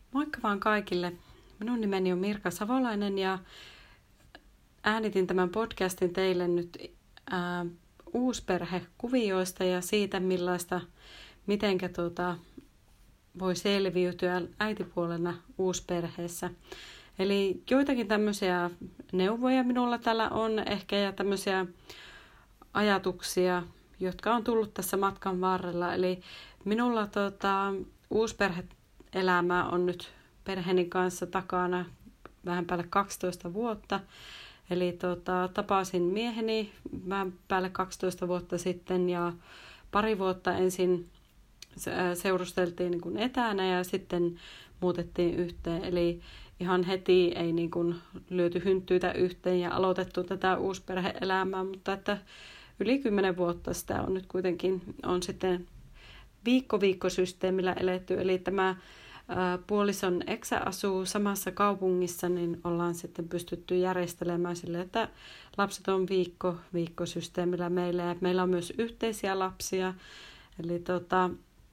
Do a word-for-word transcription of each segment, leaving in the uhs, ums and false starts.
Moikka vaan kaikille. Minun nimeni on Mirka Savolainen ja äänitin tämän podcastin teille nyt ää, uusperhekuvioista ja siitä, millaista, mitenkä tuota, voi selviytyä äitipuolena uusperheessä. Eli joitakin tämmöisiä neuvoja minulla täällä on ehkä ja tämmöisiä ajatuksia, jotka on tullut tässä matkan varrella. Eli minulla tota, uusperhe-elämä on nyt perheeni kanssa takana vähän päälle kaksitoista vuotta. Eli tota, tapasin mieheni vähän päälle kaksitoista vuotta sitten ja pari vuotta ensin seurusteltiin niin kuin etänä ja sitten muutettiin yhteen. Eli ihan heti ei niin kuin lyöty hynttyytä yhteen ja aloitettu tätä uusperhe-elämää, mutta että yli kymmenen vuotta sitä on nyt kuitenkin on sitten viikko-viikkosysteemillä eletty. Eli tämä ää, puolison eksä asuu samassa kaupungissa, niin ollaan sitten pystytty järjestelemään sille, että lapset on viikko-viikkosysteemillä meillä. Ja meillä on myös yhteisiä lapsia, eli tota,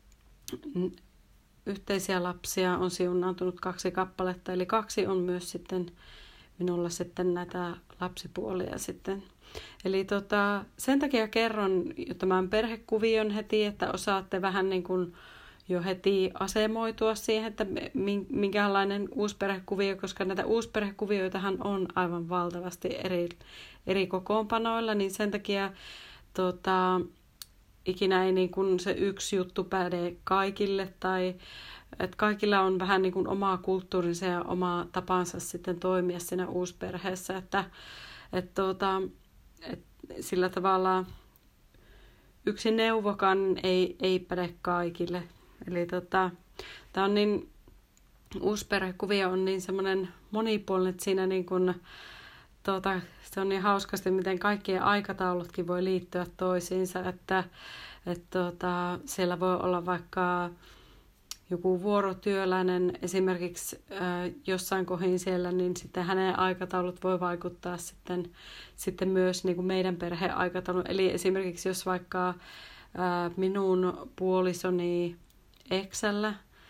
yhteisiä lapsia on siunaantunut kaksi kappaletta, eli kaksi on myös sitten minulla sitten näitä lapsipuolia sitten. Eli tota, sen takia kerron tämän perhekuvion heti, että osaatte vähän niin kuin jo heti asemoitua siihen, että minkälainen uusperhekuvio, koska näitä uusperhekuvioitahan on aivan valtavasti eri, eri kokoonpanoilla, niin sen takia tota, ikinä ei niin kuin se yksi juttu päde kaikille tai että kaikilla on vähän niin kuin omaa kulttuurinsa ja omaa tapansa sitten toimia siinä uusperheessä, että et tuota, et sillä tavalla yksi neuvokan ei, ei päde kaikille. Eli tota, tämä on niin, uusperhekuvio on niin semmoinen monipuolinen, että siinä niin kuin, tuota, se on niin hauskasti, miten kaikkien aikataulutkin voi liittyä toisiinsa, että et tuota, siellä voi olla vaikka joku vuorotyöläinen esimerkiksi äh, jossain kohin siellä, niin sitten hänen aikataulut voi vaikuttaa sitten, sitten myös niin kuin meidän perheen aikataulun. Eli esimerkiksi jos vaikka äh, minun puolisoni eksällä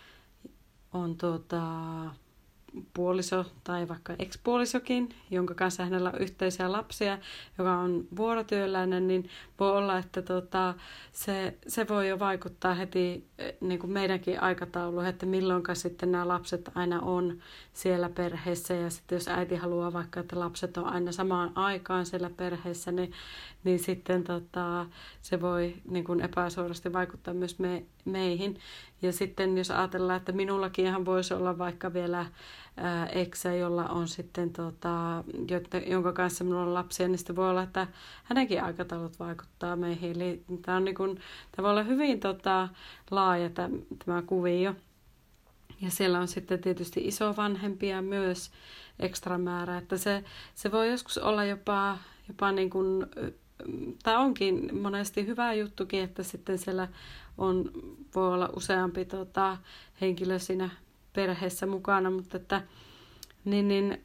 on tuota, puoliso tai vaikka ex-puolisokin, jonka kanssa hänellä on yhteisiä lapsia, joka on vuorotyöläinen, niin voi olla, että tota, se, se voi jo vaikuttaa heti niin kuin meidänkin aikatauluun, että milloinkaan sitten nämä lapset aina on siellä perheessä. Ja sitten jos äiti haluaa vaikka, että lapset on aina samaan aikaan siellä perheessä, niin, niin sitten tota, se voi niin kuin epäsuorasti vaikuttaa myös me, meihin. Ja sitten jos ajatellaan, että minullakin ihan voisi olla vaikka vielä ää, eksä, jolla on sitten, tota, jonka kanssa minulla on lapsia, niin sitten voi olla, että hänenkin aikataulut vaikuttaa meihin. Eli tämä, on niin kuin, tämä voi olla hyvin tota, laaja tämä, tämä kuvio. Ja siellä on sitten tietysti isovanhempia myös ekstra määrä, että se, se voi joskus olla jopa, jopa niin kuin, tai onkin monesti hyvä juttukin, että sitten siellä on, voi olla useampi tota, henkilö siinä perheessä mukana, mutta että niin, niin,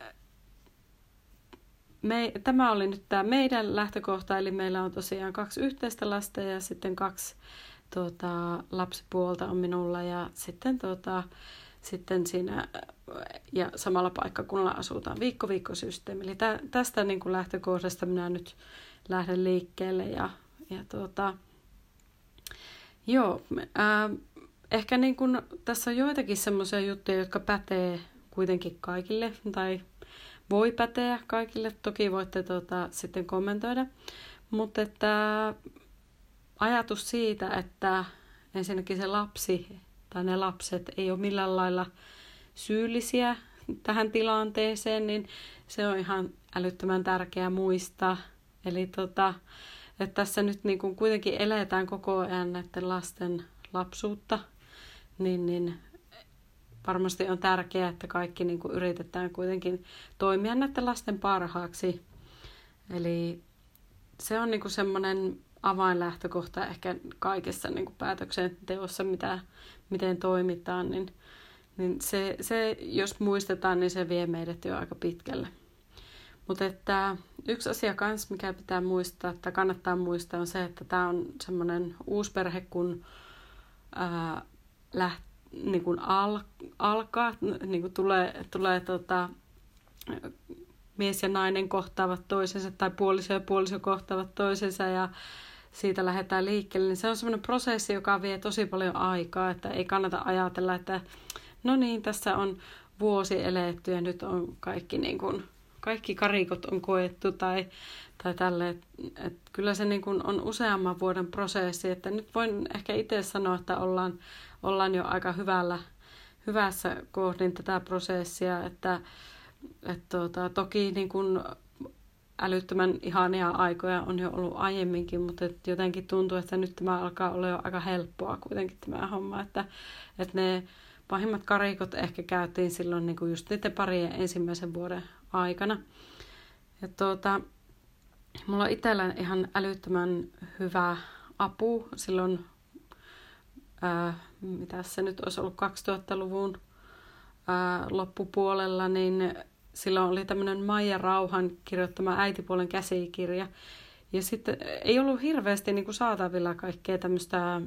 me, tämä oli nyt tämä meidän lähtökohta, eli meillä on tosiaan kaksi yhteistä lasta ja sitten kaksi tota, lapsipuolta on minulla ja sitten, tota, sitten siinä ja samalla paikkakunnalla asutaan viikko-viikkosysteemi. Eli tä, tästä niin kuin lähtökohdasta minä nyt lähden liikkeelle ja, ja tuota, joo, ää, ehkä niin kun, tässä on joitakin semmoisia juttuja, jotka pätee kuitenkin kaikille tai voi päteä kaikille. Toki voitte tuota, sitten kommentoida, mutta että ajatus siitä, että ensinnäkin se lapsi tai ne lapset ei ole millään lailla syyllisiä tähän tilanteeseen, niin se on ihan älyttömän tärkeää muistaa. Eli tota, että tässä nyt niin kuin kuitenkin eletään koko ajan näiden lasten lapsuutta, niin, niin varmasti on tärkeää, että kaikki niin kuin yritetään kuitenkin toimia näiden lasten parhaaksi. Eli se on niin kuin semmoinen avainlähtökohta ehkä kaikessa niin kuin päätöksenteossa, mitä, miten toimitaan, niin, niin se, se, jos muistetaan, niin se vie meidät jo aika pitkälle. Mutta että yksi asia kanssa, mikä pitää muistaa, että kannattaa muistaa, on se, että tämä on semmoinen uusperhe, kun ää, läht, niin kuin al, alkaa, niin kuin tulee, tulee tota, mies ja nainen kohtaavat toisensa tai puoliso ja puoliso kohtaavat toisensa ja siitä lähdetään liikkeelle, niin se on semmoinen prosessi, joka vie tosi paljon aikaa, että ei kannata ajatella, että no niin, tässä on vuosi eletty ja nyt on kaikki, niin kuin, kaikki karikot on koettu tai, tai tälle. Et kyllä se niin kuin on useamman vuoden prosessi, että nyt voin ehkä itse sanoa, että ollaan, ollaan jo aika hyvällä, hyvässä kohdin tätä prosessia, että et tuota, toki niin kuin älyttömän ihania aikoja on jo ollut aiemminkin, mutta et jotenkin tuntuu, että nyt tämä alkaa olla jo aika helppoa kuitenkin tämä homma, että, että ne pahimmat karikot ehkä käytiin silloin niin kuin just niiden parien ensimmäisen vuoden aikana. Ja tuota, mulla on itsellä ihan älyttömän hyvä apu silloin, ää, mitä se nyt olisi ollut kaksituhattaluvun ää, loppupuolella, niin silloin oli tämmöinen Maija Rauhan kirjoittama äitipuolen käsikirja. Ja sitten ei ollut hirveästi niin kuin saatavilla kaikkea tämmöistä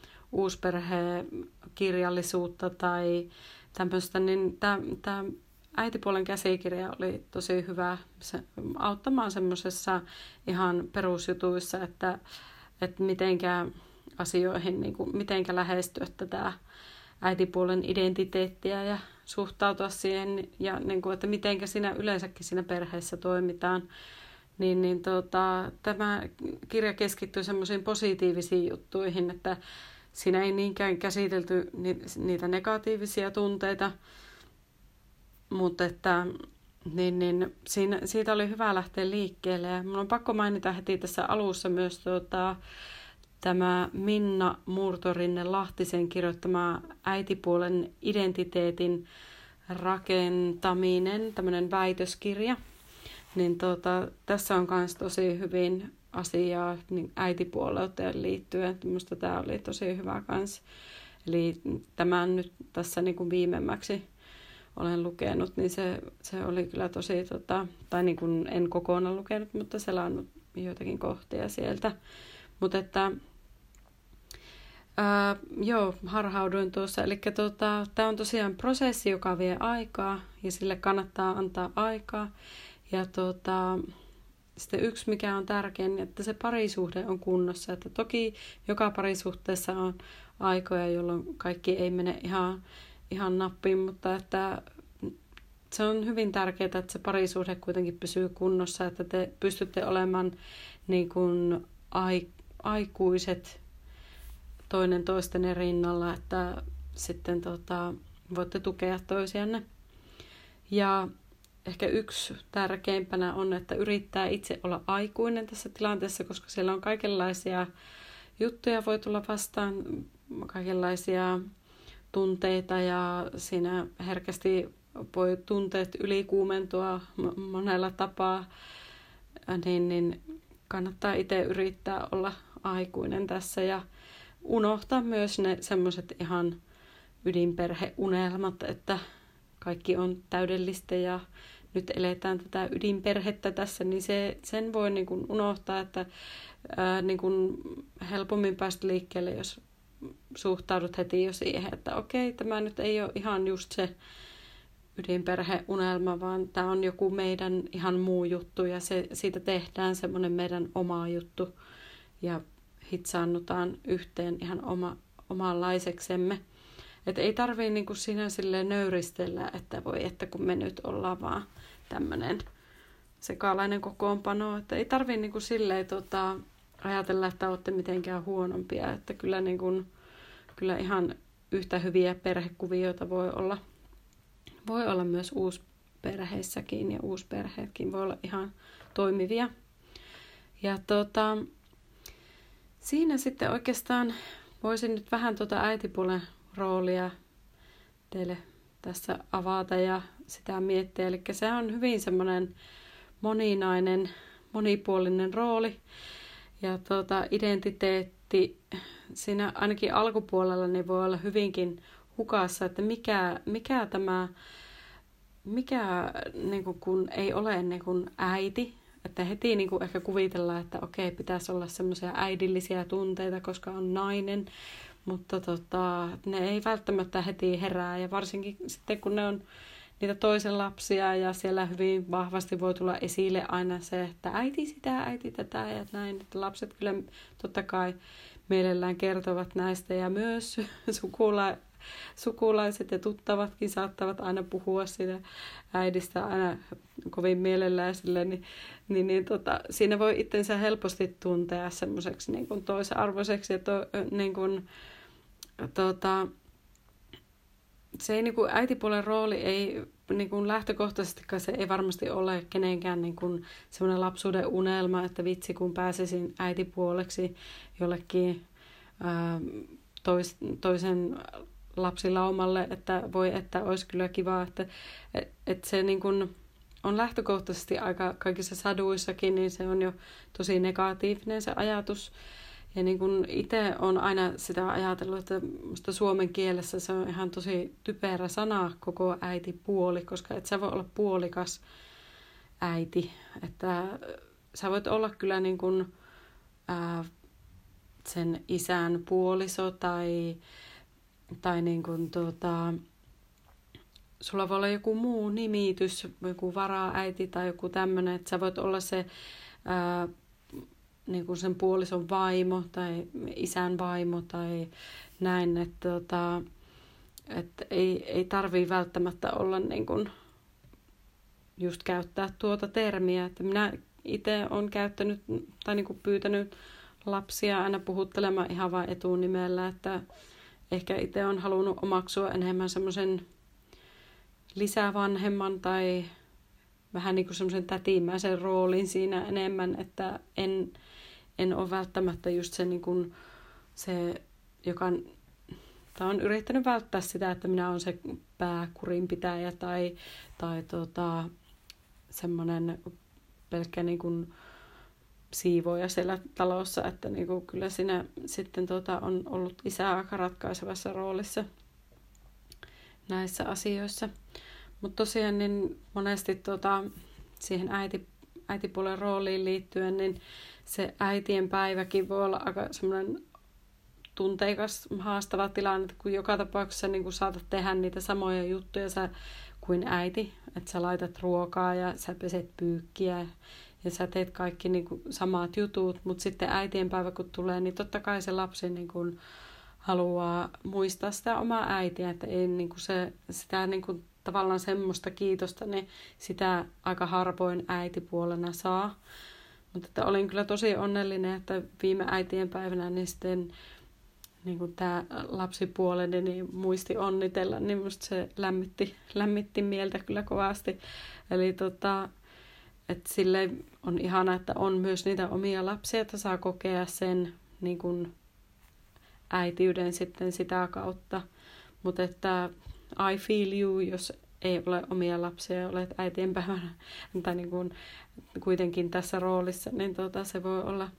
uusperhekirjallisuutta tai tämmöistä, niin tämä äitipuolen käsikirja oli tosi hyvä se, auttamaan semmoisessa ihan perusjutuissa, että, että mitenkä asioihin, niin kuin, mitenkä lähestyä tätä äitipuolen identiteettiä ja suhtautua siihen ja niin kuin, että mitenkä siinä yleensäkin siinä perheessä toimitaan. Niin, niin tota, tämä kirja keskittyy semmoisiin positiivisiin juttuihin, että siinä ei niinkään käsitelty niitä negatiivisia tunteita, mutta että niin, niin, siinä, siitä oli hyvä lähteä liikkeelle. Ja minun on pakko mainita heti tässä alussa myös tota, tämä Minna Murtorinne-Lahtisen kirjoittama äitipuolen identiteetin rakentaminen, tämmöinen väitöskirja. Niin tota, tässä on myös tosi hyvin asiaa niin äitipuoleuteen liittyen. Minusta tämä oli tosi hyvä kans. Eli tämän nyt tässä niin kuin viimemmäksi olen lukenut, niin se, se oli kyllä tosi, tota, tai niin kuin en kokonaan lukenut, mutta selannut joitakin kohtia sieltä. Mutta että, ää, joo, harhauduin tuossa. Eli tota, tämä on tosiaan prosessi, joka vie aikaa ja sille kannattaa antaa aikaa. Ja tota, sitten yksi, mikä on tärkein, että se parisuhde on kunnossa. Että toki joka parisuhteessa on aikoja, jolloin kaikki ei mene ihan, ihan nappiin, mutta että se on hyvin tärkeää, että se parisuhde kuitenkin pysyy kunnossa, että te pystytte olemaan niin kuin aikuiset toinen toistenne rinnalla, että sitten tota, voitte tukea toisianne. Ja ehkä yksi tärkeimpänä on, että yrittää itse olla aikuinen tässä tilanteessa, koska siellä on kaikenlaisia juttuja voi tulla vastaan, kaikenlaisia tunteita ja siinä herkästi voi tunteet ylikuumentua monella tapaa, niin, niin kannattaa itse yrittää olla aikuinen tässä ja unohtaa myös ne semmoiset ihan ydinperheunelmat, että kaikki on täydellistä ja nyt eletään tätä ydinperhettä tässä, niin se, sen voi niin kuin unohtaa, että ää, niin kuin helpommin päästä liikkeelle, jos suhtaudut heti jo siihen, että okei, tämä nyt ei ole ihan just se ydinperheunelma, vaan tämä on joku meidän ihan muu juttu ja se, siitä tehdään semmoinen meidän oma juttu ja hitsaannutaan yhteen ihan oma, omanlaiseksemme. Että ei tarvii niinku siinä silleen nöyristellä, että voi, että kun me nyt ollaan vaan tämmöinen sekalainen kokoonpano, että ei tarvii niinku silleen tota, ajatella, että olette mitenkään huonompia, että kyllä, niinku, kyllä ihan yhtä hyviä perhekuvioita voi olla, voi olla myös uusperheissäkin ja uusperheetkin voi olla ihan toimivia. Ja tota, siinä sitten oikeastaan voisin nyt vähän tuota äitipuolen roolia teille tässä avata ja sitä miettiä. Eli se on hyvin semmoinen moninainen, monipuolinen rooli. Ja tuota, identiteetti siinä ainakin alkupuolella niin voi olla hyvinkin hukassa, että mikä, mikä tämä, mikä niin kuin, kun ei ole niin kuin äiti, että heti niin kuin ehkä kuvitellaan, että okei, pitäisi olla semmoisia äidillisiä tunteita, koska on nainen. mutta tota, ne ei välttämättä heti herää ja varsinkin sitten kun ne on niitä toisen lapsia ja siellä hyvin vahvasti voi tulla esille aina se, että äiti sitä, äiti tätä ja näin. Että lapset kyllä totta kai mielellään kertovat näistä ja myös sukula, sukulaiset ja tuttavatkin saattavat aina puhua siitä äidistä aina kovin mielellään sille, niin, niin, niin tota, siinä voi itsensä helposti tuntea semmoiseksi niin kuin toisarvoiseksi ja to, niin kuin, tota, se ei, niin kuin äitipuolen rooli ei niin kuin lähtökohtaisestikaan se ei varmasti ole kenenkään niin kuin semmoinen lapsuuden unelma, että vitsi kun pääsisin äitipuoleksi jollekin ää, tois, toisen lapsilaumalle, että voi, että olisi kyllä kiva, että et, et se niin kuin on lähtökohtaisesti aika kaikissa saduissakin, niin se on jo tosi negatiivinen se ajatus. Ja niin kuin itse olen aina sitä ajatellut, että musta suomen kielessä se on ihan tosi typerä sana koko äitipuoli, koska et sä voi olla puolikas äiti. Että sä voit olla kyllä niin kuin, ää, sen isän puoliso tai, tai niin kuin tota, sulla voi olla joku muu nimitys, joku vara-äiti tai joku tämmöinen, että sä voit olla se ää, niin kuin sen puolison vaimo tai isän vaimo tai näin, että, tota, että ei, ei tarvitse välttämättä olla niin kuin just käyttää tuota termiä, että minä itse olen käyttänyt tai niin kuin pyytänyt lapsia aina puhuttelemaan ihan vain etunimellä, että ehkä itse olen halunnut omaksua enemmän semmoisen lisävanhemman tai vähän niin kuin semmoisen tätimäisen roolin siinä enemmän, että en, en ole välttämättä just se, niin kuin se joka on, tai on yrittänyt välttää sitä, että minä olen se pääkurinpitäjä tai, tai tota, semmoinen pelkkä niin kuin siivoja siellä talossa, että niin kuin kyllä siinä sitten tota, on ollut isä aika ratkaisevassa roolissa näissä asioissa. Mutta tosiaan niin monesti tota, siihen äiti, äitipuolen rooliin liittyen, niin se äitien päiväkin voi olla aika semmoinen tunteikas, haastava tilanne, kun joka tapauksessa niin kun saatat tehdä niitä samoja juttuja sä, kuin äiti, että sä laitat ruokaa ja sä peset pyykkiä ja sä teet kaikki niin kun samat jutut, mutta sitten äitien päivä kun tulee, niin totta kai se lapsi niin kun haluaa muistaa sitä omaa äitiä, että ei niin kun se, sitä niin kun tavallaan semmoista kiitosta, niin sitä aika harvoin äitipuolena saa. Mutta että olin kyllä tosi onnellinen, että viime äitien päivänä niin sitten niin kuin tämä lapsipuoleni niin muisti onnitella, niin musta se lämmitti, lämmitti mieltä kyllä kovasti. Eli tota, että silleen on ihana, että on myös niitä omia lapsia, että saa kokea sen niin kuin äitiyden sitten sitä kautta. Mutta että I feel you, jos ei ole omia lapsia ja olet äitienpäivänä tai niin kuin kuitenkin tässä roolissa, niin tota, se voi olla,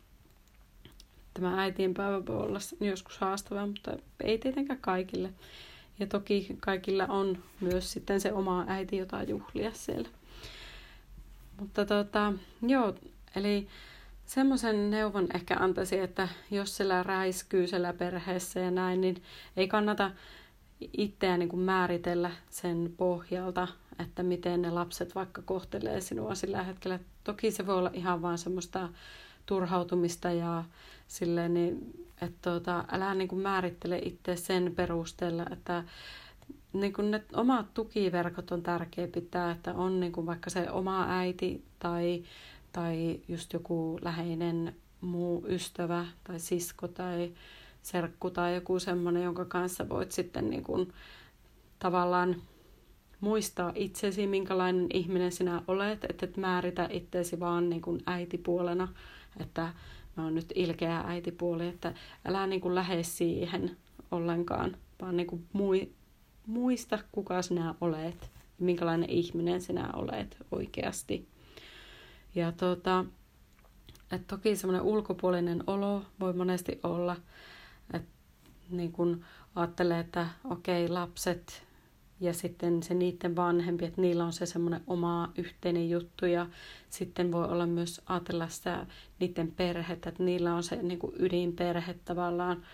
tämä äitienpäivä voi olla joskus haastava, mutta ei tietenkään kaikille. Ja toki kaikilla on myös sitten se oma äiti, jota juhlia siellä. Mutta tota, joo, eli semmoisen neuvon ehkä antaisin, että jos siellä räiskyy siellä perheessä ja näin, niin ei kannata itseään niin kuin määritellä sen pohjalta, että miten ne lapset vaikka kohtelee sinua sillä hetkellä. Toki se voi olla ihan vaan semmoista turhautumista ja silleen, niin, että tuota, älä niin kuin määrittele itse sen perusteella, että niin kuin ne omat tukiverkot on tärkeä pitää, että on niin kuin vaikka se oma äiti tai, tai just joku läheinen muu ystävä tai sisko tai serkku tai joku semmoinen, jonka kanssa voit sitten niin kuin tavallaan muistaa itsesi, minkälainen ihminen sinä olet, että et määritä itsesi vaan niin kuin äitipuolena, että mä oon nyt ilkeä äitipuoli, että älä niin kuin lähde siihen ollenkaan, vaan niin kuin muista, kuka sinä olet, minkälainen ihminen sinä olet oikeasti. Ja tota, että toki semmoinen ulkopuolinen olo voi monesti olla, että niin kun ajattelee, että okei, lapset ja sitten se niiden vanhempi, että niillä on se semmoinen oma yhteinen juttu ja sitten voi olla myös ajatella sitä niiden perhettä, että niillä on se niin kuin ydinperhe tavallaan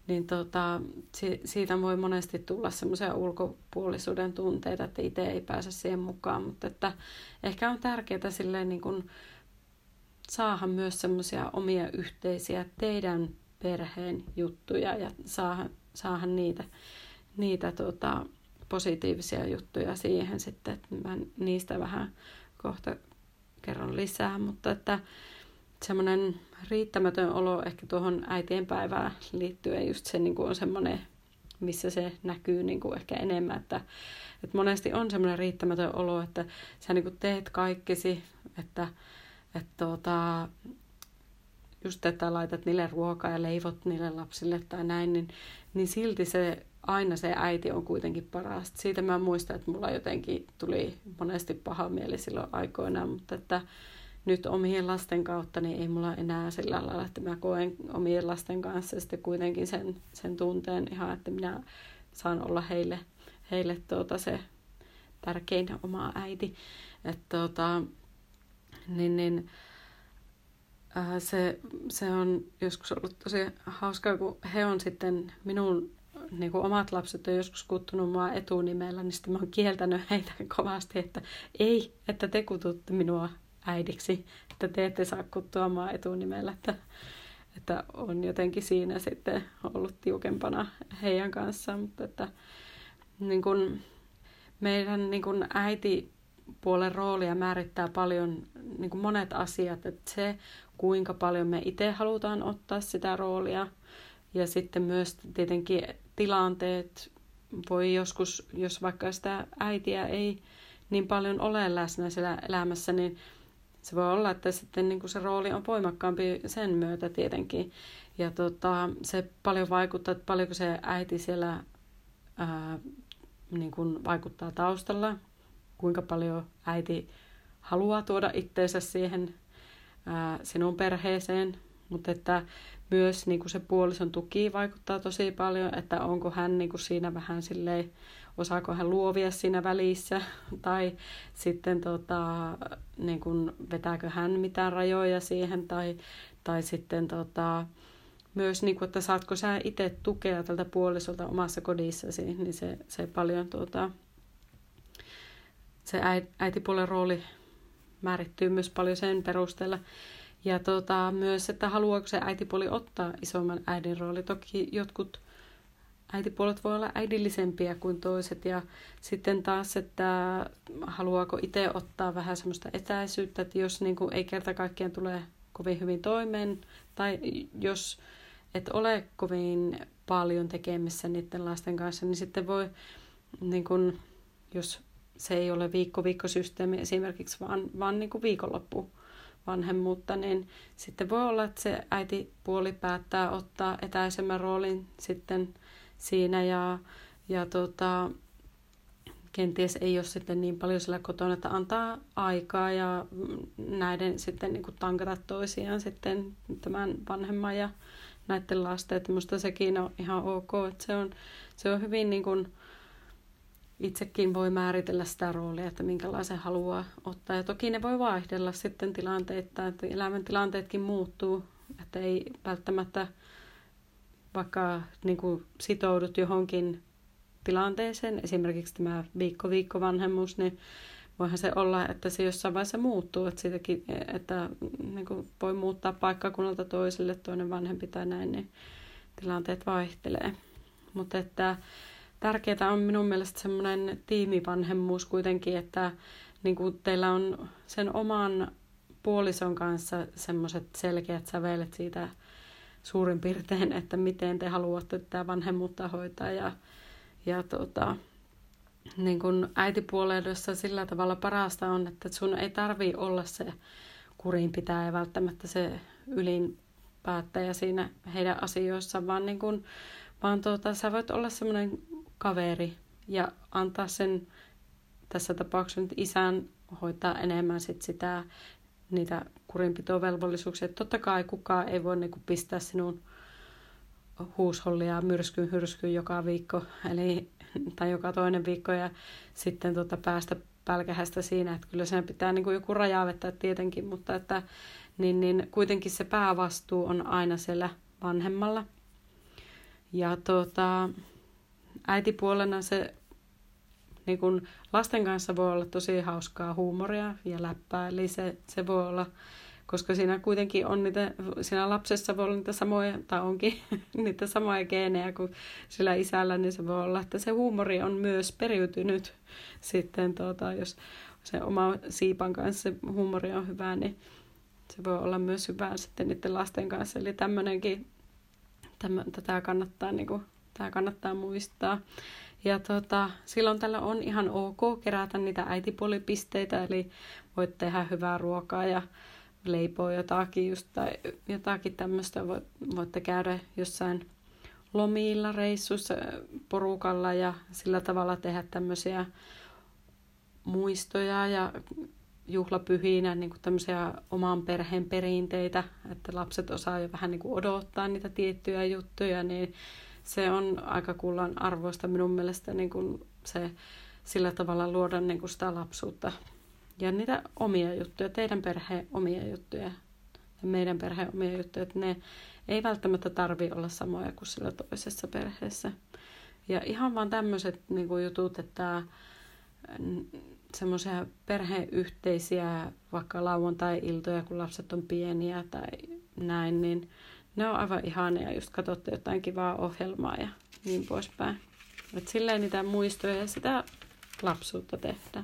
niin tota, si- siitä voi monesti tulla semmoisia ulkopuolisuuden tunteita, että itse ei pääse siihen mukaan, mutta että ehkä on tärkeää silleen niin kuin saada myös semmoisia omia yhteisiä teidän perheen juttuja ja saada, saada niitä, niitä tota, positiivisia juttuja siihen sitten, että mä niistä vähän kohta kerron lisää, mutta että semmoinen riittämätön olo ehkä tuohon äitienpäivään liittyen just se niin kuin on semmoinen, missä se näkyy niin kuin ehkä enemmän, että, että monesti on semmoinen riittämätön olo, että sä niin kuin teet kaikkesi, että, että tuota, just että laitat niille ruokaa ja leivot niille lapsille tai näin, niin, niin silti se aina se äiti on kuitenkin paras. Siitä mä muistan, että mulla jotenkin tuli monesti paha mieli silloin aikoinaan, mutta että nyt omien lasten kautta niin ei mulla enää sillä lailla, että mä koen omien lasten kanssa sitten kuitenkin sen, sen tunteen ihan, että minä saan olla heille, heille tuota se tärkein oma äiti. Että tuota, niin, niin, äh, se, se on joskus ollut tosi hauskaa, kun he on sitten minun niin kuin omat lapset on joskus kuttunut mua etunimellä, niin sitten mä oon kieltänyt heitä kovasti, että ei, että te kututte minua äidiksi, että te ette saa kuttua mua etunimellä, että, että on jotenkin siinä sitten ollut tiukempana heidän kanssaan, mutta että niin kuin meidän niin kuin äitipuolen roolia määrittää paljon niin kuin monet asiat, että se kuinka paljon me itse halutaan ottaa sitä roolia ja sitten myös tietenkin tilanteet voi joskus, jos vaikka sitä äitiä ei niin paljon ole läsnä siellä elämässä, niin se voi olla, että sitten niin kuin se rooli on voimakkaampi sen myötä tietenkin. Ja tota, se paljon vaikuttaa, että paljonko se äiti siellä ää, niin kuin vaikuttaa taustalla, kuinka paljon äiti haluaa tuoda itteensä siihen ää, sinun perheeseen, mutta että myös niin kuin se puolison tuki vaikuttaa tosi paljon, että onko hän niin kuin siinä vähän silleen, osaako hän luovia siinä välissä, tai sitten tota, niin kuin vetääkö hän mitään rajoja siihen, tai, tai sitten tota, myös, niin kuin, että saatko sä itse tukea tältä puolisolta omassa kodissasi, niin se, se paljon tota, se äitipuolen rooli määrittyy myös paljon sen perusteella. Ja tota, myös, että haluaako se äitipuoli ottaa isomman äidin rooli. Toki jotkut äitipuolet voi olla äidillisempiä kuin toiset. Ja sitten taas, että haluaako itse ottaa vähän semmoista etäisyyttä, että jos niin kuin ei kerta kaikkiaan tule kovin hyvin toimeen, tai jos et ole kovin paljon tekemissä niiden lasten kanssa, niin sitten voi, niin kuin, jos se ei ole viikko-viikkosysteemi esimerkiksi, vaan, vaan niin kuin viikonloppu, vanhemmuutta, niin sitten voi olla, että se äitipuoli päättää ottaa etäisemmän roolin sitten siinä ja, ja tota, kenties ei ole sitten niin paljon sillä kotona, että antaa aikaa ja näiden sitten niin kuin tankata toisiaan sitten tämän vanhemman ja näiden lasten, että minusta sekin on ihan ok, että se on, se on hyvin niin kuin itsekin voi määritellä sitä roolia, että minkälaisen haluaa ottaa. Ja toki ne voi vaihdella sitten tilanteita, että elämän tilanteetkin muuttuu, että ei välttämättä vaikka niin kuin sitoudut johonkin tilanteeseen, esimerkiksi tämä viikko-viikko vanhemmuus, niin voihan se olla, että se jossain vaiheessa muuttuu, että, siitäkin, että niin kuin voi muuttaa paikkakunnalta toiselle, toinen vanhempi tai näin, niin tilanteet vaihtelee. Mutta että tärkeää on minun mielestä semmoinen tiimivanhemmuus kuitenkin, että niin kuin teillä on sen oman puolison kanssa semmoiset selkeät sävelet siitä suurin piirtein, että miten te haluatte tätä vanhemmuutta hoitaa. Ja, ja tota, niin kuin äitipuoleudessa sillä tavalla parasta on, että sun ei tarvitse olla se kurinpitäjä välttämättä se ylin päättäjä siinä heidän asioissaan, vaan, niin kuin, vaan tuota, sä voit olla semmoinen kaveri ja antaa sen tässä tapauksessa nyt isän hoitaa enemmän sit sitä, niitä kurinpitovelvollisuuksia. Totta kai kukaan ei voi niinku pistää sinun huushollia myrskyn hyrskyn joka viikko eli, tai joka toinen viikko ja sitten tota päästä pälkähästä siinä, että kyllä sen pitää niinku joku raja vettää tietenkin, mutta että, niin, niin kuitenkin se päävastuu on aina siellä vanhemmalla. Ja tota, äitipuolena se niin kun lasten kanssa voi olla tosi hauskaa huumoria ja läppää, eli se, se voi olla, koska siinä kuitenkin on niitä, siinä lapsessa voi olla niitä samoja, tai onkin niitä samoja geenejä kuin sillä isällä, niin se voi olla, että se huumori on myös periytynyt sitten, tuota, jos se oma siipan kanssa se huumori on hyvä, niin se voi olla myös hyvä sitten niiden lasten kanssa, eli tämmöinenkin, tämmö, tätä kannattaa, niin kuin, tämä kannattaa muistaa. Ja tota, silloin tällä on ihan ok kerätä niitä äitipuolipisteitä, eli voit tehdä hyvää ruokaa ja leipoa jotakin, just, tai jotakin tämmöistä. Voitte käydä jossain lomilla, reissussa, porukalla ja sillä tavalla tehdä tämmöisiä muistoja ja juhlapyhinä, niin kuin tämmöisiä oman perheen perinteitä, että lapset osaa jo vähän niin kuin odottaa niitä tiettyjä juttuja, niin se on aika kullan arvoista minun mielestä niin kuin se sillä tavalla luoda niin kuin sitä lapsuutta ja niitä omia juttuja, teidän perheen omia juttuja ja meidän perheen omia juttuja, että ne ei välttämättä tarvitse olla samoja kuin sillä toisessa perheessä. Ja ihan vaan tämmöiset niin kuin jutut, että semmoisia perheyhteisiä vaikka lauantai-iltoja, kun lapset on pieniä tai näin, niin ne on aivan ihania, just katsotte jotain kivaa ohjelmaa ja niin poispäin. Et silleen niitä muistoja ja sitä lapsuutta tehdään.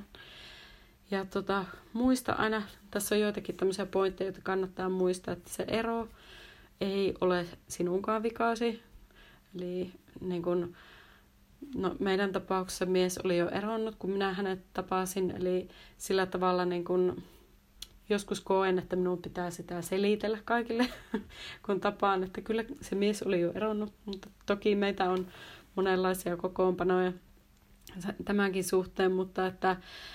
Ja tota, muista aina, tässä on joitakin tämmöisiä pointteja, joita kannattaa muistaa, että se ero ei ole sinunkaan vikaasi. Eli niin kun, no, meidän tapauksessa mies oli jo eronnut, kun minä hänet tapasin. Eli sillä tavalla niin kun, joskus koen, että minun pitää sitä selitellä kaikille, kun tapaan, että kyllä se mies oli jo eronnut, mutta toki meitä on monenlaisia kokoonpanoja tämänkin suhteen, mutta että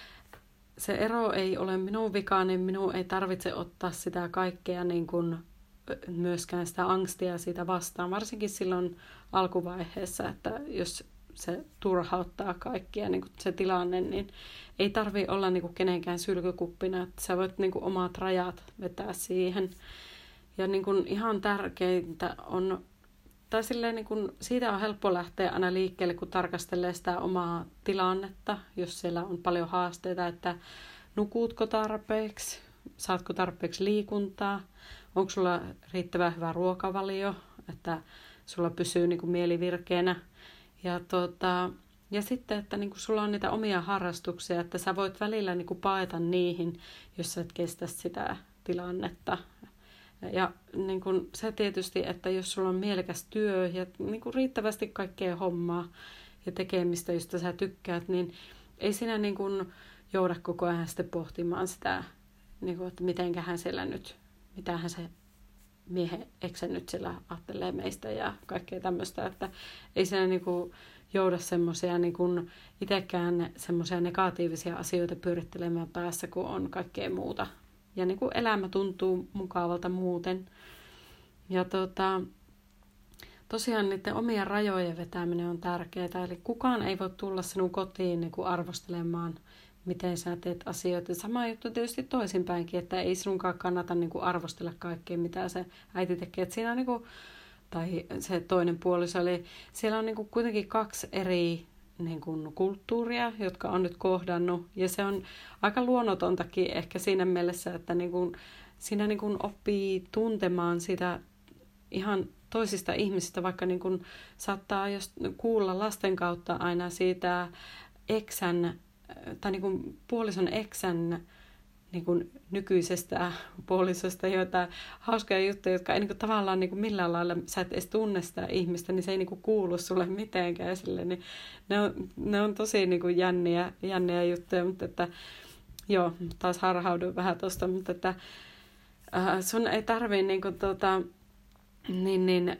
se ero ei ole minun vika, niin minun ei tarvitse ottaa sitä kaikkea niin kuin myöskään sitä angstia siitä vastaan, varsinkin silloin alkuvaiheessa, että jos se turhauttaa kaikkia niin kuin se tilanne, niin ei tarvitse olla niin kuin kenenkään sylkykuppina, että sä voit niin kuin omat rajat vetää siihen. Ja niin kuin ihan tärkeintä on, tai silleen niin kuin siitä on helppo lähteä aina liikkeelle, kun tarkastelee sitä omaa tilannetta, jos siellä on paljon haasteita, että nukuutko tarpeeksi, saatko tarpeeksi liikuntaa, onko sulla riittävän hyvä ruokavalio, että sulla pysyy niin kuin mieli virkeänä. Ja, tota, ja sitten, että niin kuin sulla on niitä omia harrastuksia, että sä voit välillä niin kuin paeta niihin, jos sä et kestä sitä tilannetta. Ja niin kuin se tietysti, että jos sulla on mielekäs työ ja niin kuin riittävästi kaikkea hommaa ja tekemistä, josta sä tykkäät, niin ei siinä niin kuin jouda koko ajan sitten pohtimaan sitä, niin kuin, että mitenköhän siellä nyt, mitähän se miehen eksä nyt siellä ajattelee meistä ja kaikkea tämmöistä, että ei siinä niin kuin jouda semmoisia niin kuin itsekään semmoisia negatiivisia asioita pyörittelemään päässä, kun on kaikkea muuta. Ja niin kuin elämä tuntuu mukavalta muuten. Ja tota, tosiaan niiden omien rajojen vetäminen on tärkeää. Eli kukaan ei voi tulla sinun kotiin niin kuin arvostelemaan, miten sä teet asioita. Sama juttu tietysti toisinpäinkin, että ei sinunkaan kannata niin kuin arvostella kaikkea, mitä se äiti tekee. Että siinä on, niin kuin, tai se toinen puoliso, eli siellä on niin kuin kuitenkin kaksi eri niin kuin kulttuuria, jotka on nyt kohdannut. Ja se on aika luonnotontakin ehkä siinä mielessä, että niin kuin, siinä niin kuin oppii tuntemaan sitä ihan toisista ihmisistä, vaikka niin kuin saattaa jos kuulla lasten kautta aina siitä eksän, tai niin kuin puolison eksän niin kuin nykyisestä puolisosta, joita hauskoja juttuja, jotka ei niin kuin tavallaan niin kuin millään lailla, sä et edes tunne sitä ihmistä, niin se ei niin kuin kuulu sulle mitenkään sille, niin ne on, ne on tosi niin kuin jänniä, jänniä juttuja, mutta että joo, taas harhaudun vähän tuosta, mutta että äh, sun ei tarvii niin kuin tuota, niin, niin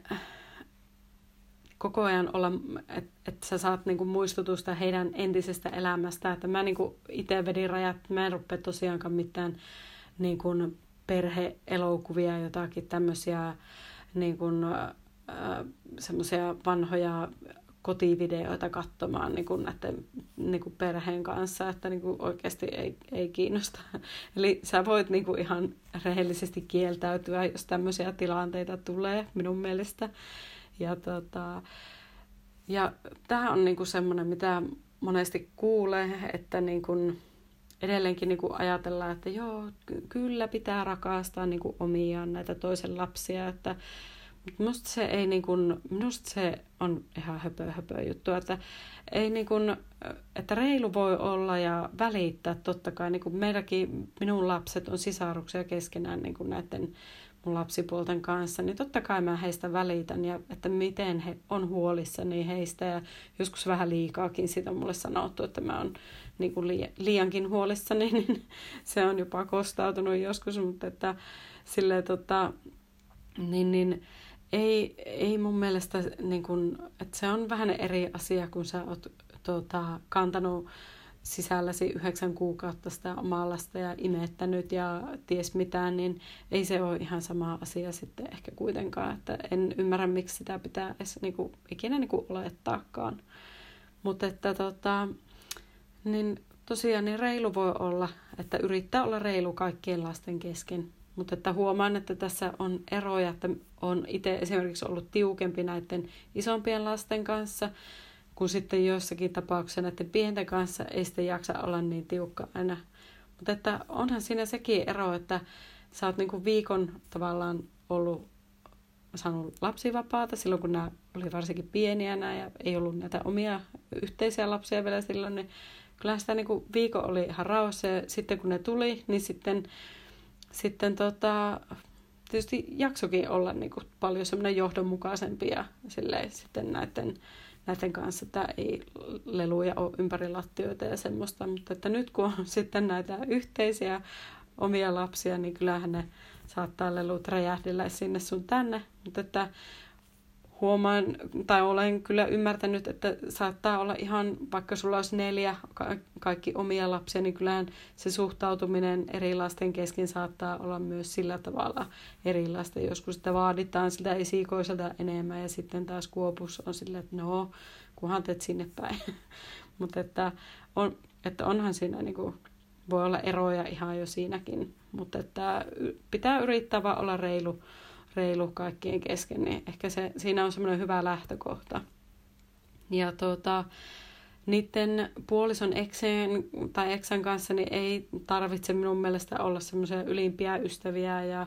koko ajan olla, että et sä saat niinku muistutusta heidän entisestä elämästä. Että mä niinku itse vedin rajat, mä en rupea tosiaankaan mitään niinku perhe-elokuvia, jotakin tämmöisiä niinku, äh, semmoisia vanhoja kotivideoita katsomaan niinku näiden niinku perheen kanssa, että niinku oikeasti ei, ei kiinnosta. Eli sä voit niinku ihan rehellisesti kieltäytyä, jos tämmöisiä tilanteita tulee minun mielestä. Ja, tota, ja tämä on niinku semmoinen, mitä monesti kuulee, että niinku edelleenkin niinku ajatellaan, että joo, ky- kyllä pitää rakastaa niinku omiaan näitä toisen lapsia, että mutta musta se ei niin kuin, minusta se on ihan höpö höpö juttu, että ei niin kuin, että reilu voi olla ja välittää totta kai, niin kuin meilläkin minun lapset on sisaruksia keskenään niin kuin näiden mun lapsipuolten kanssa, niin totta kai mä heistä välitän ja että miten he on huolissani heistä ja joskus vähän liikaakin siitä on mulle sanottu, että mä oon niin kuin liiankin huolissani, niin se on jopa kostautunut joskus, mutta että silleen tota, niin, niin Ei, ei mun mielestä, niin kun, että se on vähän eri asia, kun sä oot tuota, kantanut sisälläsi yhdeksän kuukautta sitä omaa lasta ja imettänyt ja ties mitään, niin ei se ole ihan sama asia sitten ehkä kuitenkaan. Että en ymmärrä, miksi sitä pitää edes niin kuin, ikinä niin kuin olettaakaan. Mutta että tota, niin tosiaan niin reilu voi olla, että yrittää olla reilu kaikkien lasten kesken. Mutta että huomaan, että tässä on eroja, että on itse esimerkiksi ollut tiukempi näiden isompien lasten kanssa, kun sitten joissakin tapauksissa näiden pienten kanssa ei sitten jaksa olla niin tiukka aina. Mutta että onhan siinä sekin ero, että sä oot niinku viikon tavallaan ollut saanut lapsivapaata silloin, kun nämä oli varsinkin pieniä nämä, ja ei ollut näitä omia yhteisiä lapsia vielä silloin, niin kyllähän sitä niinku viikon oli ihan rauhassa ja sitten kun ne tuli, niin sitten Sitten tota, tietysti jaksokin olla niin kuin paljon semmoinen johdonmukaisempi ja silleen, sitten näiden, näiden kanssa, että ei leluja ole ympäri lattioita ja semmoista. Mutta että nyt kun on sitten näitä yhteisiä omia lapsia, niin kyllähän ne saattaa lelut räjähdellä sinne sun tänne. Mutta että huomaan, tai olen kyllä ymmärtänyt, että saattaa olla ihan, vaikka sulla olisi neljä kaikki omia lapsia, niin kyllähän se suhtautuminen eri lasten kesken saattaa olla myös sillä tavalla erilaista. Joskus sitä vaaditaan sitä esikoiselta enemmän ja sitten taas Kuopus on silleen, että no, kunhan teet sinne päin. Mutta että, on, että onhan siinä, niin kuin, voi olla eroja ihan jo siinäkin, mutta että pitää yrittää vaan olla reilu. reilu kaikkien kesken, niin ehkä se, siinä on semmoinen hyvä lähtökohta. Ja tuota, niiden puolison ekseen tai eksän kanssa niin ei tarvitse minun mielestä olla semmoisia ylimpiä ystäviä ja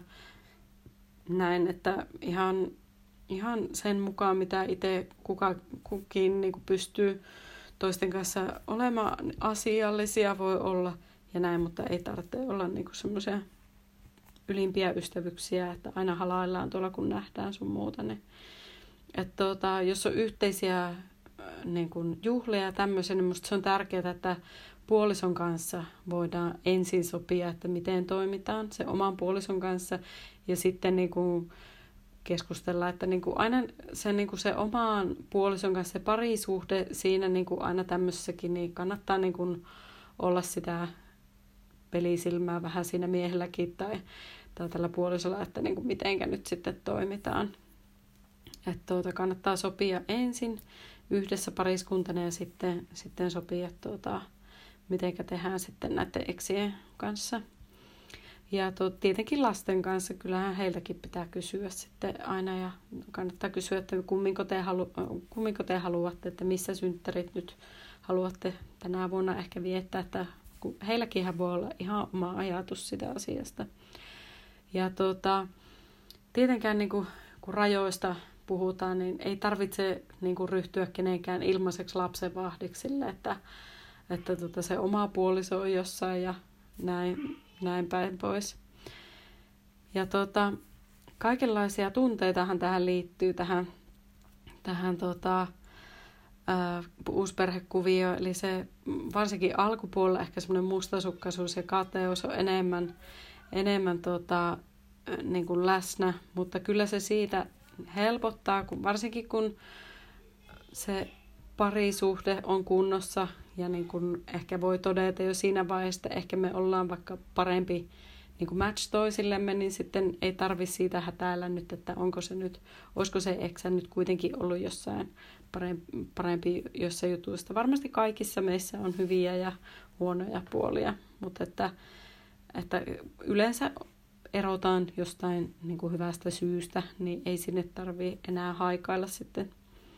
näin, että ihan, ihan sen mukaan, mitä itse kuka, kukin niin kuin pystyy toisten kanssa olemaan asiallisia voi olla ja näin, mutta ei tarvitse olla niin kuin semmoisia ylimpiä ystävyyksiä, että aina halaillaan tuolla, kun nähdään sun muuta. Niin. Että tuota, jos on yhteisiä niin kun juhlia ja tämmöisiä, niin musta se on tärkeää, että puolison kanssa voidaan ensin sopia, että miten toimitaan se oman puolison kanssa ja sitten niin kun keskustella, että niin kun aina se, niin kun se oman puolison kanssa se parisuhde siinä niin kun aina tämmöisessäkin, niin kannattaa niin kun olla sitä pelisilmää vähän siinä miehelläkin tai, tai tällä puolisolla, että niin kuin mitenkä nyt sitten toimitaan. Että tuota, kannattaa sopia ensin yhdessä pariskuntana ja sitten, sitten sopia, tuota, mitenkä tehdään sitten näiden eksien kanssa. Ja tuota, tietenkin lasten kanssa, kyllähän heiltäkin pitää kysyä sitten aina ja kannattaa kysyä, että kumminko te, halu, kumminko te haluatte, että missä synttärit nyt haluatte tänä vuonna ehkä viettää, että heilläkinhän voi olla ihan oma ajatus sitä asiasta. Ja tuota, tietenkään niin kuin, kun rajoista puhutaan, niin ei tarvitse niin kuin, ryhtyä kenenkään ilmaiseksi lapsenvahdiksille, että, että tuota, se oma puoliso on jossain ja näin, näin päin pois. Ja tuota, kaikenlaisia tunteitahan tähän liittyy, tähän, tähän tuota, Uh, uusperhekuvio, eli se varsinkin alkupuolella ehkä semmoinen mustasukkaisuus ja kateus on enemmän, enemmän tota, niin kuin läsnä, mutta kyllä se siitä helpottaa, kun, varsinkin kun se parisuhde on kunnossa ja niin kuin ehkä voi todeta jo siinä vaiheessa, että ehkä me ollaan vaikka parempi niin kuin match toisillemme, niin sitten ei tarvitse siitä hätäillä nyt, että onko se nyt, olisiko se eksä nyt kuitenkin ollut jossain parempi, parempi jossain jutuista. Varmasti kaikissa meissä on hyviä ja huonoja puolia, mutta että, että yleensä erotaan jostain niin kuin hyvästä syystä, niin ei sinne tarvitse enää haikailla sitten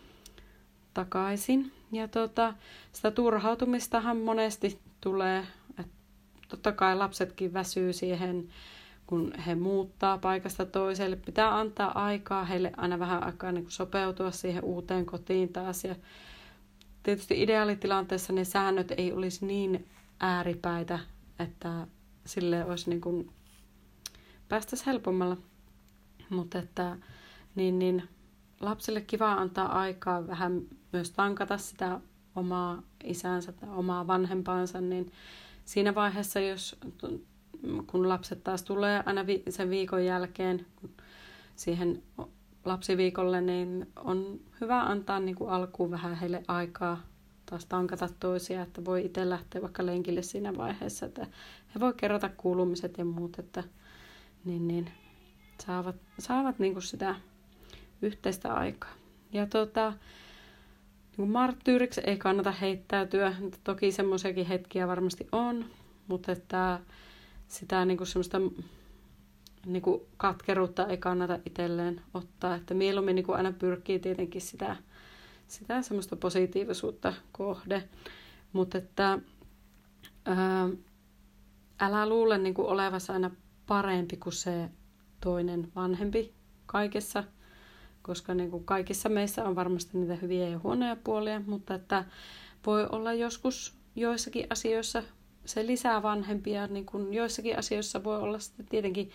takaisin. Ja tota, sitä turhautumistahan monesti tulee, että totta kai lapsetkin väsyy siihen, kun he muuttaa paikasta toiselle. Pitää antaa aikaa heille aina vähän aikaa niin kuin sopeutua siihen uuteen kotiin taas. Ja tietysti ideaalitilanteessa ne säännöt ei olisi niin ääripäitä, että sille olisi niin kuin päästäisiin helpommalla. Mutta että niin, niin lapsille kiva antaa aikaa vähän myös tankata sitä omaa isänsä tai omaa vanhempaansa, niin siinä vaiheessa, jos kun lapset taas tulee aina vi- sen viikon jälkeen siihen lapsiviikolle, niin on hyvä antaa niin kuin alkuun vähän heille aikaa taas tankata toisia, että voi itse lähteä vaikka lenkille siinä vaiheessa, että he voi kerrata kuulumiset ja muut, että niin, niin saavat, saavat niin kuin sitä yhteistä aikaa. Ja tota, niin marttyyriksi ei kannata heittäytyä, toki semmoisiakin hetkiä varmasti on, mutta että sitä niin kuin semmoista niin kuin katkeruutta ei kannata itselleen ottaa, että mieluummin niin kuin aina pyrkii tietenkin sitä, sitä semmoista positiivisuutta kohde, mutta että ää, älä luule niin kuin olevasi aina parempi kuin se toinen vanhempi kaikessa, koska niin kuin kaikissa meissä on varmasti niitä hyviä ja huonoja puolia, mutta että voi olla joskus joissakin asioissa se lisää vanhempia, niin kuin joissakin asioissa voi olla sitten tietenkin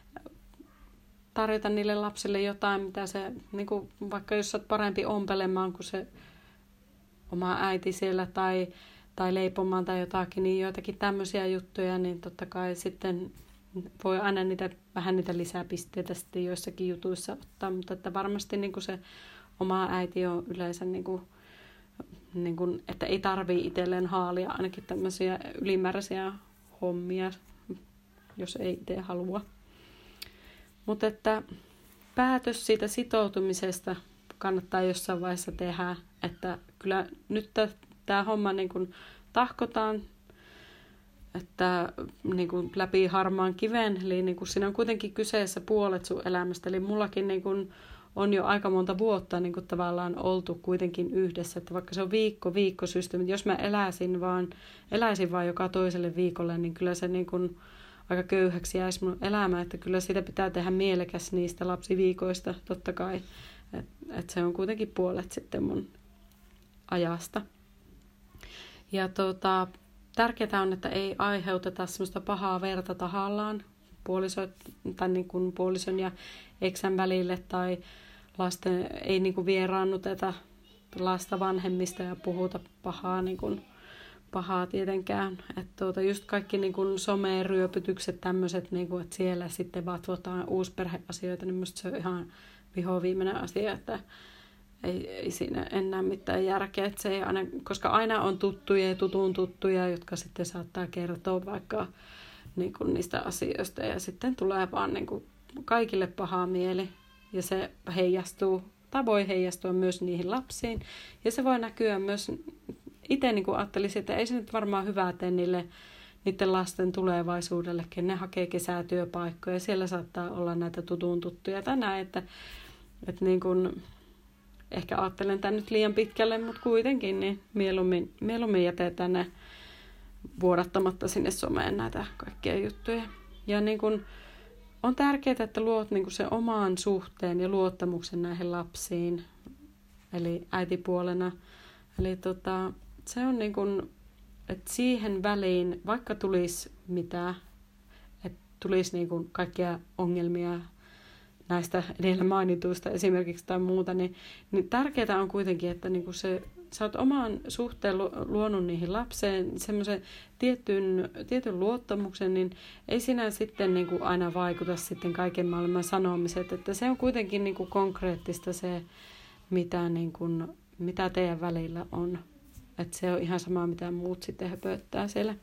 tarjota niille lapsille jotain, mitä se, niin kuin vaikka jos olet parempi ompelemaan kuin se oma äiti siellä tai, tai leipomaan tai jotakin, niin joitakin tämmöisiä juttuja, niin totta kai sitten voi aina niitä, vähän niitä lisäpisteitä sitten joissakin jutuissa ottaa, mutta että varmasti niin kuin se oma äiti on yleensä, niin kuin, niin kuin, että ei tarvitse itselleen haalia ainakin tämmöisiä ylimääräisiä hommia, jos ei itse halua. Mutta että päätös siitä sitoutumisesta kannattaa jossain vaiheessa tehdä, että kyllä nyt tämä homma niin kuin tahkotaan, että niin kuin läpi harmaan kiven, eli niin kuin siinä on kuitenkin kyseessä puolet sun elämästä, eli mullakin niin kuin on jo aika monta vuotta niin kuin tavallaan oltu kuitenkin yhdessä, että vaikka se on viikko viikkosysteemi, jos mä eläisin vaan, eläisin vaan joka toiselle viikolle, niin kyllä se niin kuin aika köyhäksi jäisi mun elämä, että kyllä siitä pitää tehdä mielekäs niistä lapsiviikoista, totta kai, että et se on kuitenkin puolet sitten mun ajasta. Ja tota, tärkeää on, että ei aiheuteta semmoista pahaa verta tahallaan puoliso, tai niin kuin puolison ja eksän välille, tai lasten ei niin kuin vieraannuteta lasta vanhemmista ja puhuta pahaa, niin kuin, pahaa tietenkään. Että tuota, just kaikki niin kuin someen ryöpytykset, tämmöiset, niin kuin, että siellä sitten vatvotaan uusperheasioita, niin minusta se on ihan vihoviimeinen asia, että Ei, ei siinä enää mitään järkeä, että se ei aina, koska aina on tuttuja ja tutun tuttuja, jotka sitten saattaa kertoa vaikka niin kuin niistä asioista ja sitten tulee vaan niin kuin kaikille paha mieli ja se heijastuu tai voi heijastua myös niihin lapsiin ja se voi näkyä myös, itse niin kuin ajattelisin, että ei se nyt varmaan hyvää tee niille niiden lasten tulevaisuudellekin, ne hakee kesätyöpaikkoja ja siellä saattaa olla näitä tutun tuttuja tänään, että, että niin kuin ehkä ajattelen tämän nyt liian pitkälle, mutta kuitenkin niin mieluummin, mieluummin jätetään ne vuodattamatta sinne someen näitä kaikkia juttuja. Ja niin kun on tärkeää, että luot niin kun sen oman suhteen ja luottamuksen näihin lapsiin, eli äitipuolena. Eli tota, se on niin kun, että siihen väliin, vaikka tulisi mitä, että tulisi niin kun kaikkia ongelmia, näistä edellä mainituista esimerkiksi tai muuta, niin, niin tärkeää on kuitenkin, että niinku se, sä oot oman suhteen luonut niihin lapseen semmoisen tietyn, tietyn luottamuksen, niin ei siinä sitten niinku aina vaikuta sitten kaiken maailman sanomiset, että se on kuitenkin niinku konkreettista se, mitä, niinku, mitä teidän välillä on. Että se on ihan sama, mitä muut sitten höpöttää siellä.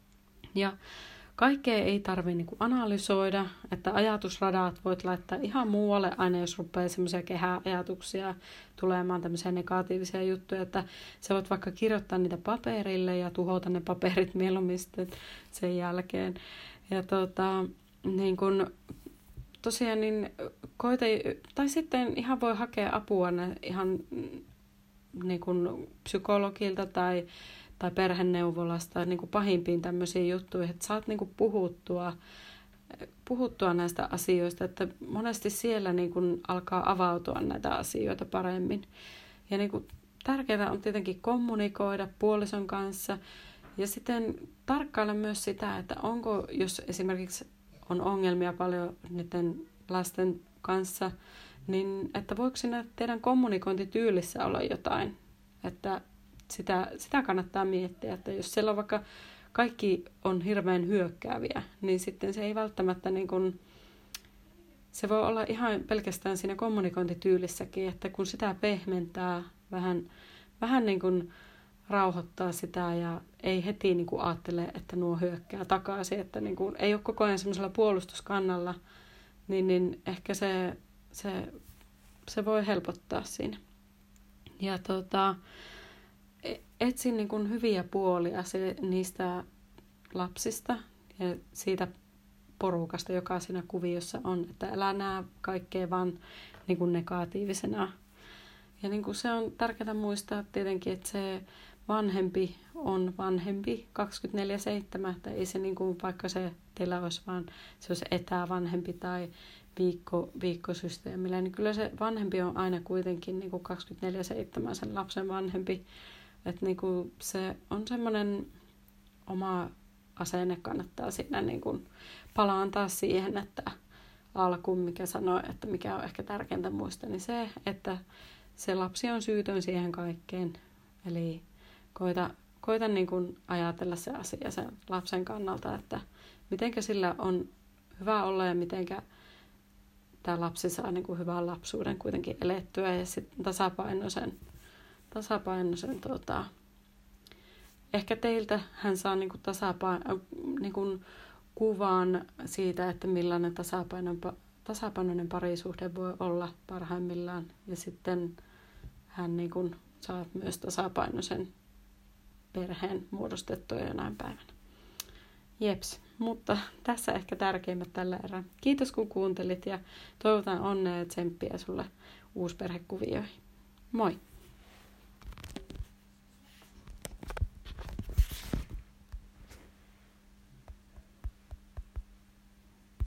Ja kaikkea ei tarvitse niin kuin analysoida, että ajatusradat voit laittaa ihan muualle aina, jos rupeaa semmoisia kehäajatuksia tulemaan, tämmöisiä negatiivisia juttuja, että sä voit vaikka kirjoittaa niitä paperille ja tuhota ne paperit mieluummin sitten sen jälkeen. Ja tota, niin kun, tosiaan niin koita, tai sitten ihan voi hakea apua ihan niin kun psykologilta tai, tai perheneuvolasta niin kun pahimpiin tämmöisiin juttuihin, että saat niin kun puhuttua, puhuttua näistä asioista, että monesti siellä niin kun alkaa avautua näitä asioita paremmin. Ja niin kun tärkeää on tietenkin kommunikoida puolison kanssa ja sitten tarkkailla myös sitä, että onko, jos esimerkiksi on ongelmia paljon niiden lasten kanssa, niin että voiko siinä teidän kommunikointityylissä olla jotain, että sitä, sitä kannattaa miettiä, että jos siellä on vaikka kaikki on hirveän hyökkääviä, niin sitten se ei välttämättä niin kuin, se voi olla ihan pelkästään siinä kommunikointityylissäkin, että kun sitä pehmentää, vähän, vähän niin kuin rauhoittaa sitä ja ei heti niin kuin ajattele, että nuo hyökkää takaisin, että niin kuin ei ole koko ajan semmoisella puolustuskannalla, niin, niin ehkä se, se, se voi helpottaa siinä. Ja tota, etsin niin kuin hyviä puolia se, niistä lapsista ja siitä porukasta, joka siinä kuviossa on, että älä näe kaikkea vaan niin kuin negatiivisena. Ja niin kuin se on tärkeää muistaa tietenkin, että se vanhempi on vanhempi kaksikymmentäneljä seitsemän, että ei se niin kuin, vaikka se teillä olisi vaan, se olisi etävanhempi tai viikko, viikkosysteemillä, niin kyllä se vanhempi on aina kuitenkin niin kuin kaksikymmentäneljä seitsemän sen lapsen vanhempi. Että niin kuin se on semmoinen oma asenne kannattaa siinä niin kuin palaantaa siihen, että alkuun mikä sanoi, että mikä on ehkä tärkeintä muistaa, niin se, että se lapsi on syytön siihen kaikkeen. Eli koita, koita niin kuin ajatella se asia sen lapsen kannalta, että mitenkä sillä on hyvä olla ja mitenkä tämä lapsi saa niin kuin hyvän lapsuuden kuitenkin elettyä ja sitten tasapainoisen, tasapainoisen tota, ehkä teiltä hän saa niin kuin tasapaino, niin kuin kuvan siitä, että millainen tasapainoinen, tasapainoinen parisuhde voi olla parhaimmillaan ja sitten hän niin kuin saa myös tasapainoisen perheen muodostettua jonain päivänä. Jeps, mutta tässä ehkä tärkeimmät tällä erää. Kiitos kun kuuntelit ja toivotan onnea ja tsemppiä sulle uusperhekuvioihin. Moi!